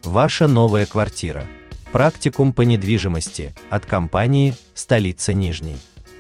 Ваша новая квартира. Практикум по недвижимости от компании «Столица Нижней».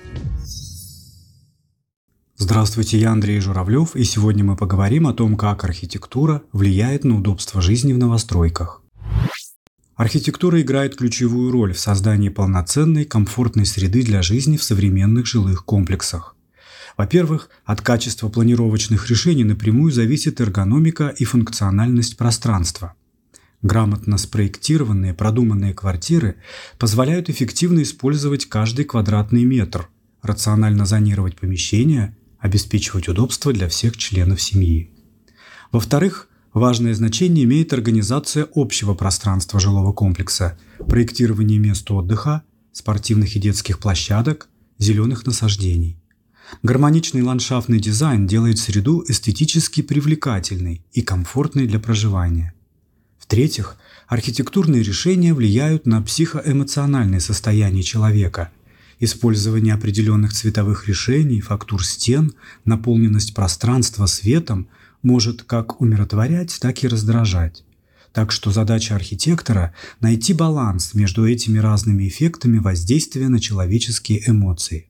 Здравствуйте, я Андрей Журавлев, и сегодня мы поговорим о том, как архитектура влияет на удобство жизни в новостройках. Архитектура играет ключевую роль в создании полноценной, комфортной среды для жизни в современных жилых комплексах. Во-первых, от качества планировочных решений напрямую зависит эргономика и функциональность пространства. Грамотно спроектированные, продуманные квартиры позволяют эффективно использовать каждый квадратный метр, рационально зонировать помещения, обеспечивать удобство для всех членов семьи. Во-вторых, важное значение имеет организация общего пространства жилого комплекса, проектирование мест отдыха, спортивных и детских площадок, зеленых насаждений. Гармоничный ландшафтный дизайн делает среду эстетически привлекательной и комфортной для проживания. В-третьих, архитектурные решения влияют на психоэмоциональное состояние человека. Использование определенных цветовых решений, фактур стен, наполненность пространства светом может как умиротворять, так и раздражать. Так что задача архитектора – найти баланс между этими разными эффектами воздействия на человеческие эмоции.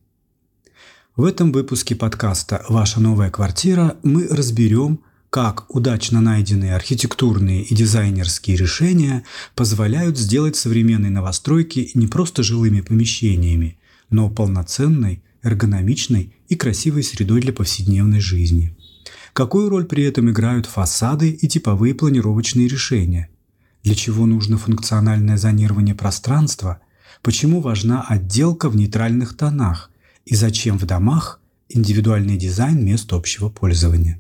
В этом выпуске подкаста «Ваша новая квартира» мы разберем, как удачно найденные архитектурные и дизайнерские решения позволяют сделать современные новостройки не просто жилыми помещениями, но полноценной, эргономичной и красивой средой для повседневной жизни. Какую роль при этом играют фасады и типовые планировочные решения? Для чего нужно функциональное зонирование пространства? Почему важна отделка в нейтральных тонах? И зачем в домах индивидуальный дизайн мест общего пользования?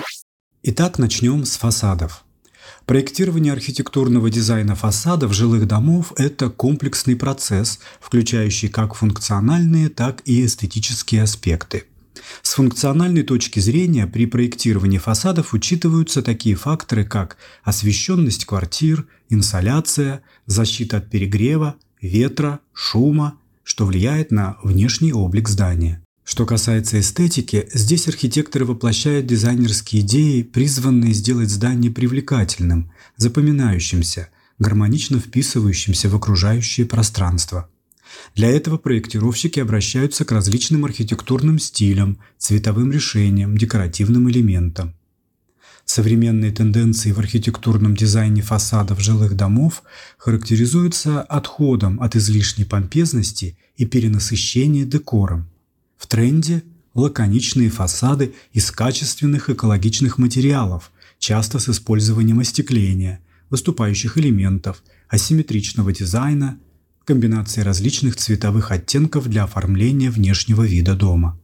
Итак, начнем с фасадов. Проектирование архитектурного дизайна фасадов жилых домов – это комплексный процесс, включающий как функциональные, так и эстетические аспекты. С функциональной точки зрения при проектировании фасадов учитываются такие факторы, как освещенность квартир, инсоляция, защита от перегрева, ветра, шума, что влияет на внешний облик здания. Что касается эстетики, здесь архитекторы воплощают дизайнерские идеи, призванные сделать здание привлекательным, запоминающимся, гармонично вписывающимся в окружающее пространство. Для этого проектировщики обращаются к различным архитектурным стилям, цветовым решениям, декоративным элементам. Современные тенденции в архитектурном дизайне фасадов жилых домов характеризуются отходом от излишней помпезности и перенасыщения декором. В тренде лаконичные фасады из качественных экологичных материалов, часто с использованием остекления, выступающих элементов, асимметричного дизайна, комбинации различных цветовых оттенков для оформления внешнего вида дома.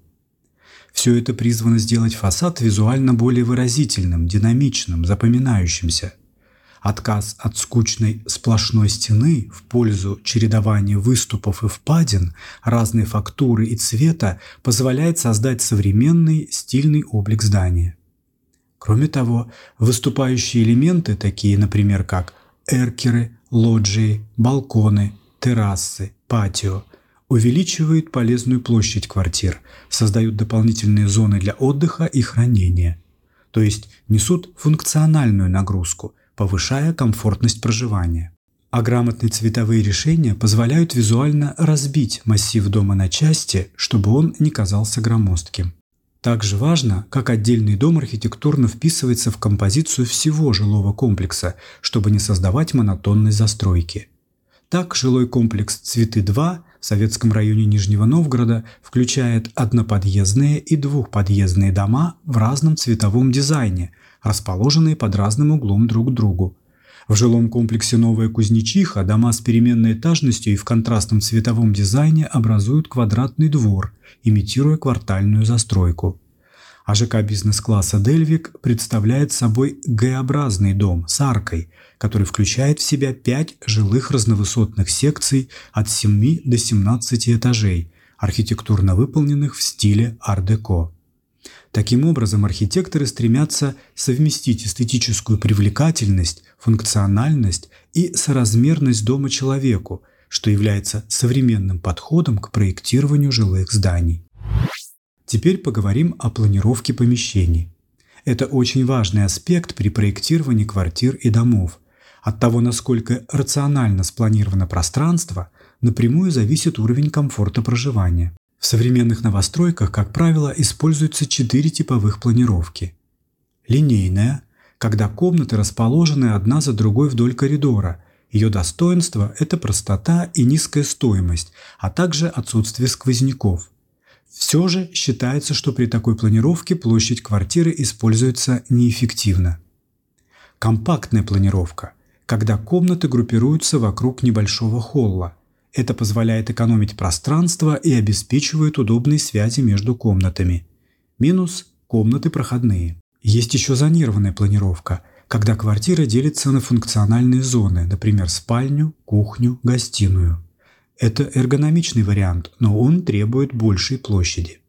Все это призвано сделать фасад визуально более выразительным, динамичным, запоминающимся. Отказ от скучной сплошной стены в пользу чередования выступов и впадин разной фактуры и цвета позволяет создать современный стильный облик здания. Кроме того, выступающие элементы, такие, например, как эркеры, лоджии, балконы, террасы, патио, увеличивают полезную площадь квартир, создают дополнительные зоны для отдыха и хранения, то есть несут функциональную нагрузку, повышая комфортность проживания. А грамотные цветовые решения позволяют визуально разбить массив дома на части, чтобы он не казался громоздким. Также важно, как отдельный дом архитектурно вписывается в композицию всего жилого комплекса, чтобы не создавать монотонной застройки. Так, жилой комплекс «Цветы-2» в Советском районе Нижнего Новгорода включает одноподъездные и двухподъездные дома в разном цветовом дизайне, расположенные под разным углом друг к другу. В жилом комплексе «Новая Кузнечиха» дома с переменной этажностью и в контрастном цветовом дизайне образуют квадратный двор, имитируя квартальную застройку. А ЖК бизнес-класса «Дельвик» представляет собой Г-образный дом с аркой, который включает в себя 5 жилых разновысотных секций от 7 до 17 этажей, архитектурно выполненных в стиле ар-деко. Таким образом, архитекторы стремятся совместить эстетическую привлекательность, функциональность и соразмерность дома человеку, что является современным подходом к проектированию жилых зданий. Теперь поговорим о планировке помещений. Это очень важный аспект при проектировании квартир и домов. От того, насколько рационально спланировано пространство, напрямую зависит уровень комфорта проживания. В современных новостройках, как правило, используются 4 типовых планировки. Линейная, когда комнаты расположены одна за другой вдоль коридора. Ее достоинство – это простота и низкая стоимость, а также отсутствие сквозняков. Все же считается, что при такой планировке площадь квартиры используется неэффективно. Компактная планировка, когда комнаты группируются вокруг небольшого холла. Это позволяет экономить пространство и обеспечивает удобные связи между комнатами. Минус – комнаты проходные. Есть еще зонированная планировка, когда квартира делится на функциональные зоны, например, спальню, кухню, гостиную. Это эргономичный вариант, но он требует большей площади.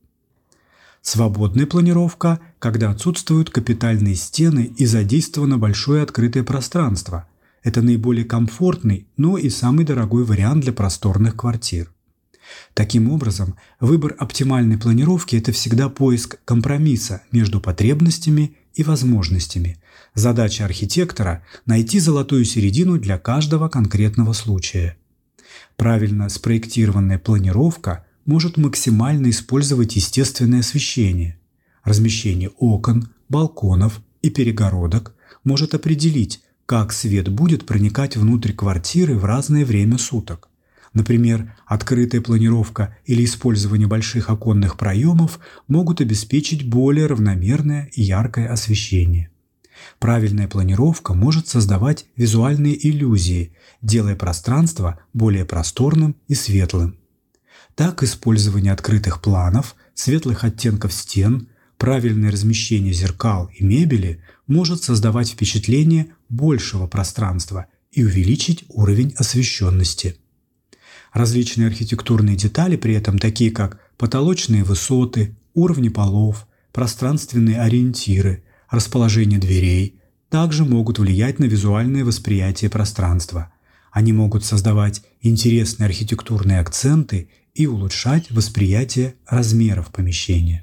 Свободная планировка, когда отсутствуют капитальные стены и задействовано большое открытое пространство. Это наиболее комфортный, но и самый дорогой вариант для просторных квартир. Таким образом, выбор оптимальной планировки – это всегда поиск компромисса между потребностями и возможностями. Задача архитектора – найти золотую середину для каждого конкретного случая. Правильно спроектированная планировка может максимально использовать естественное освещение. Размещение окон, балконов и перегородок может определить, как свет будет проникать внутрь квартиры в разное время суток. Например, открытая планировка или использование больших оконных проемов могут обеспечить более равномерное и яркое освещение. Правильная планировка может создавать визуальные иллюзии, делая пространство более просторным и светлым. Так, использование открытых планов, светлых оттенков стен, правильное размещение зеркал и мебели может создавать впечатление большего пространства и увеличить уровень освещенности. Различные архитектурные детали при этом, такие как потолочные высоты, уровни полов, пространственные ориентиры, расположение дверей, также могут влиять на визуальное восприятие пространства. Они могут создавать интересные архитектурные акценты и улучшать восприятие размеров помещения.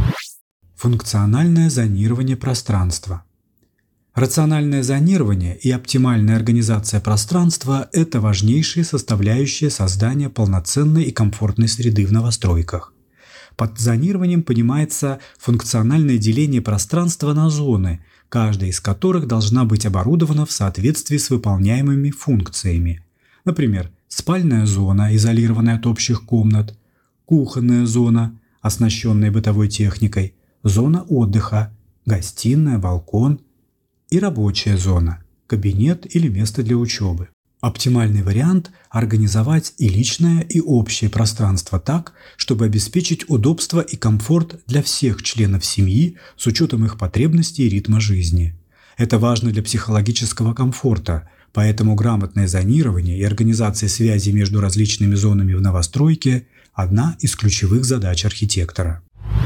Функциональное зонирование пространства. Рациональное зонирование и оптимальная организация пространства – это важнейшие составляющие создания полноценной и комфортной среды в новостройках. Под зонированием понимается функциональное деление пространства на зоны, каждая из которых должна быть оборудована в соответствии с выполняемыми функциями. Например, спальная зона, изолированная от общих комнат, кухонная зона, оснащенная бытовой техникой, зона отдыха, гостиная, балкон и рабочая зона, кабинет или место для учебы. Оптимальный вариант – организовать и личное, и общее пространство так, чтобы обеспечить удобство и комфорт для всех членов семьи с учетом их потребностей и ритма жизни. Это важно для психологического комфорта, поэтому грамотное зонирование и организация связи между различными зонами в новостройке – одна из ключевых задач архитектора.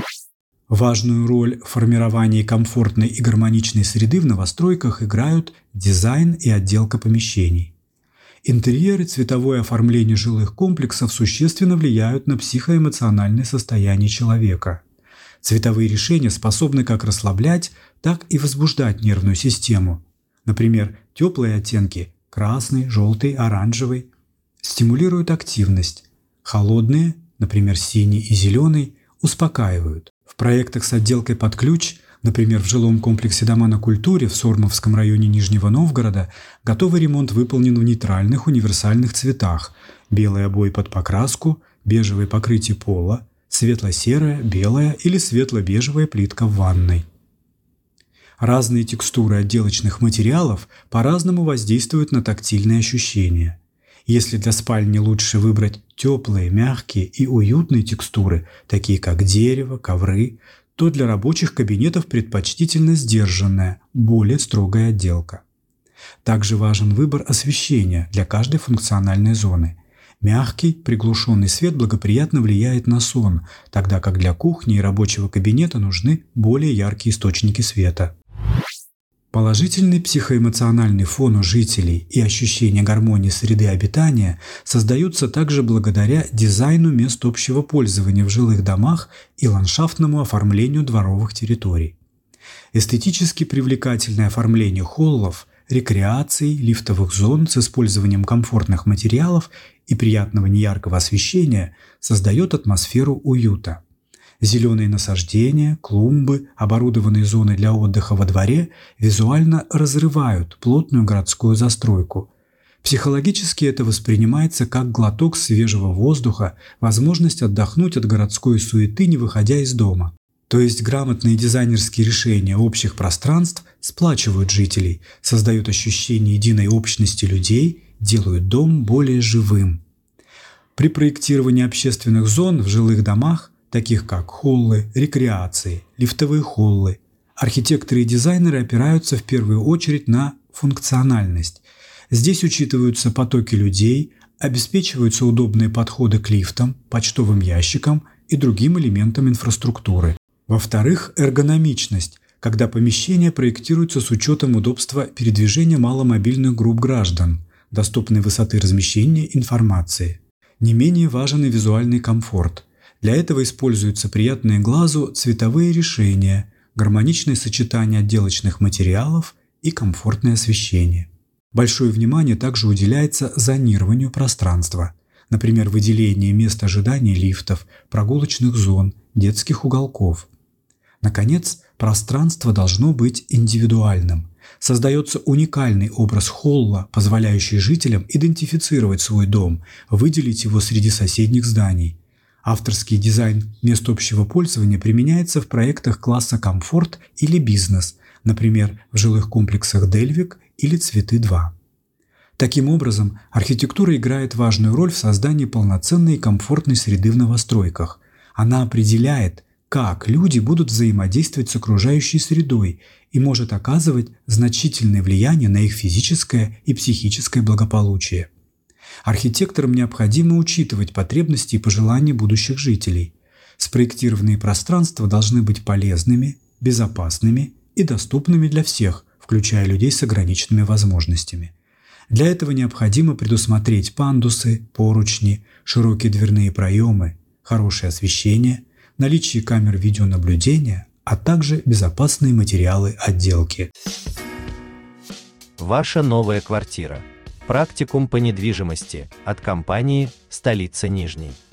Важную роль в формировании комфортной и гармоничной среды в новостройках играют дизайн и отделка помещений. Интерьер и цветовое оформление жилых комплексов существенно влияют на психоэмоциональное состояние человека. Цветовые решения способны как расслаблять, так и возбуждать нервную систему. Например, теплые оттенки – красный, желтый, оранжевый – стимулируют активность. Холодные, например, синий и зеленый – успокаивают. В проектах с отделкой под ключ, например, в жилом комплексе «Дома на культуре» в Сормовском районе Нижнего Новгорода, готовый ремонт выполнен в нейтральных универсальных цветах: белые обои под покраску, бежевое покрытие пола, светло-серая, белая или светло-бежевая плитка в ванной. Разные текстуры отделочных материалов по-разному воздействуют на тактильные ощущения. Если для спальни лучше выбрать теплые, мягкие и уютные текстуры, такие как дерево, ковры, то для рабочих кабинетов предпочтительно сдержанная, более строгая отделка. Также важен выбор освещения для каждой функциональной зоны. Мягкий, приглушенный свет благоприятно влияет на сон, тогда как для кухни и рабочего кабинета нужны более яркие источники света. Положительный психоэмоциональный фон у жителей и ощущение гармонии среды обитания создаются также благодаря дизайну мест общего пользования в жилых домах и ландшафтному оформлению дворовых территорий. Эстетически привлекательное оформление холлов, рекреации, лифтовых зон с использованием комфортных материалов и приятного неяркого освещения создает атмосферу уюта. Зеленые насаждения, клумбы, оборудованные зоны для отдыха во дворе визуально разрывают плотную городскую застройку. Психологически это воспринимается как глоток свежего воздуха, возможность отдохнуть от городской суеты, не выходя из дома. То есть грамотные дизайнерские решения общих пространств сплачивают жителей, создают ощущение единой общности людей, делают дом более живым. При проектировании общественных зон в жилых домах, таких как холлы, рекреации, лифтовые холлы, архитекторы и дизайнеры опираются в первую очередь на функциональность. Здесь учитываются потоки людей, обеспечиваются удобные подходы к лифтам, почтовым ящикам и другим элементам инфраструктуры. Во-вторых, эргономичность, когда помещения проектируются с учетом удобства передвижения маломобильных групп граждан, доступной высоты размещения информации. Не менее важен и визуальный комфорт. Для этого используются приятные глазу цветовые решения, гармоничное сочетание отделочных материалов и комфортное освещение. Большое внимание также уделяется зонированию пространства, например, выделение мест ожидания лифтов, прогулочных зон, детских уголков. Наконец, пространство должно быть индивидуальным. Создается уникальный образ холла, позволяющий жителям идентифицировать свой дом, выделить его среди соседних зданий. Авторский дизайн мест общего пользования применяется в проектах класса комфорт или бизнес, например, в жилых комплексах Дельвик или Цветы-2. Таким образом, архитектура играет важную роль в создании полноценной и комфортной среды в новостройках. Она определяет, как люди будут взаимодействовать с окружающей средой и может оказывать значительное влияние на их физическое и психическое благополучие. Архитекторам необходимо учитывать потребности и пожелания будущих жителей. Спроектированные пространства должны быть полезными, безопасными и доступными для всех, включая людей с ограниченными возможностями. Для этого необходимо предусмотреть пандусы, поручни, широкие дверные проемы, хорошее освещение, наличие камер видеонаблюдения, а также безопасные материалы отделки. Ваша новая квартира. Практикум по недвижимости от компании «Столица Нижний».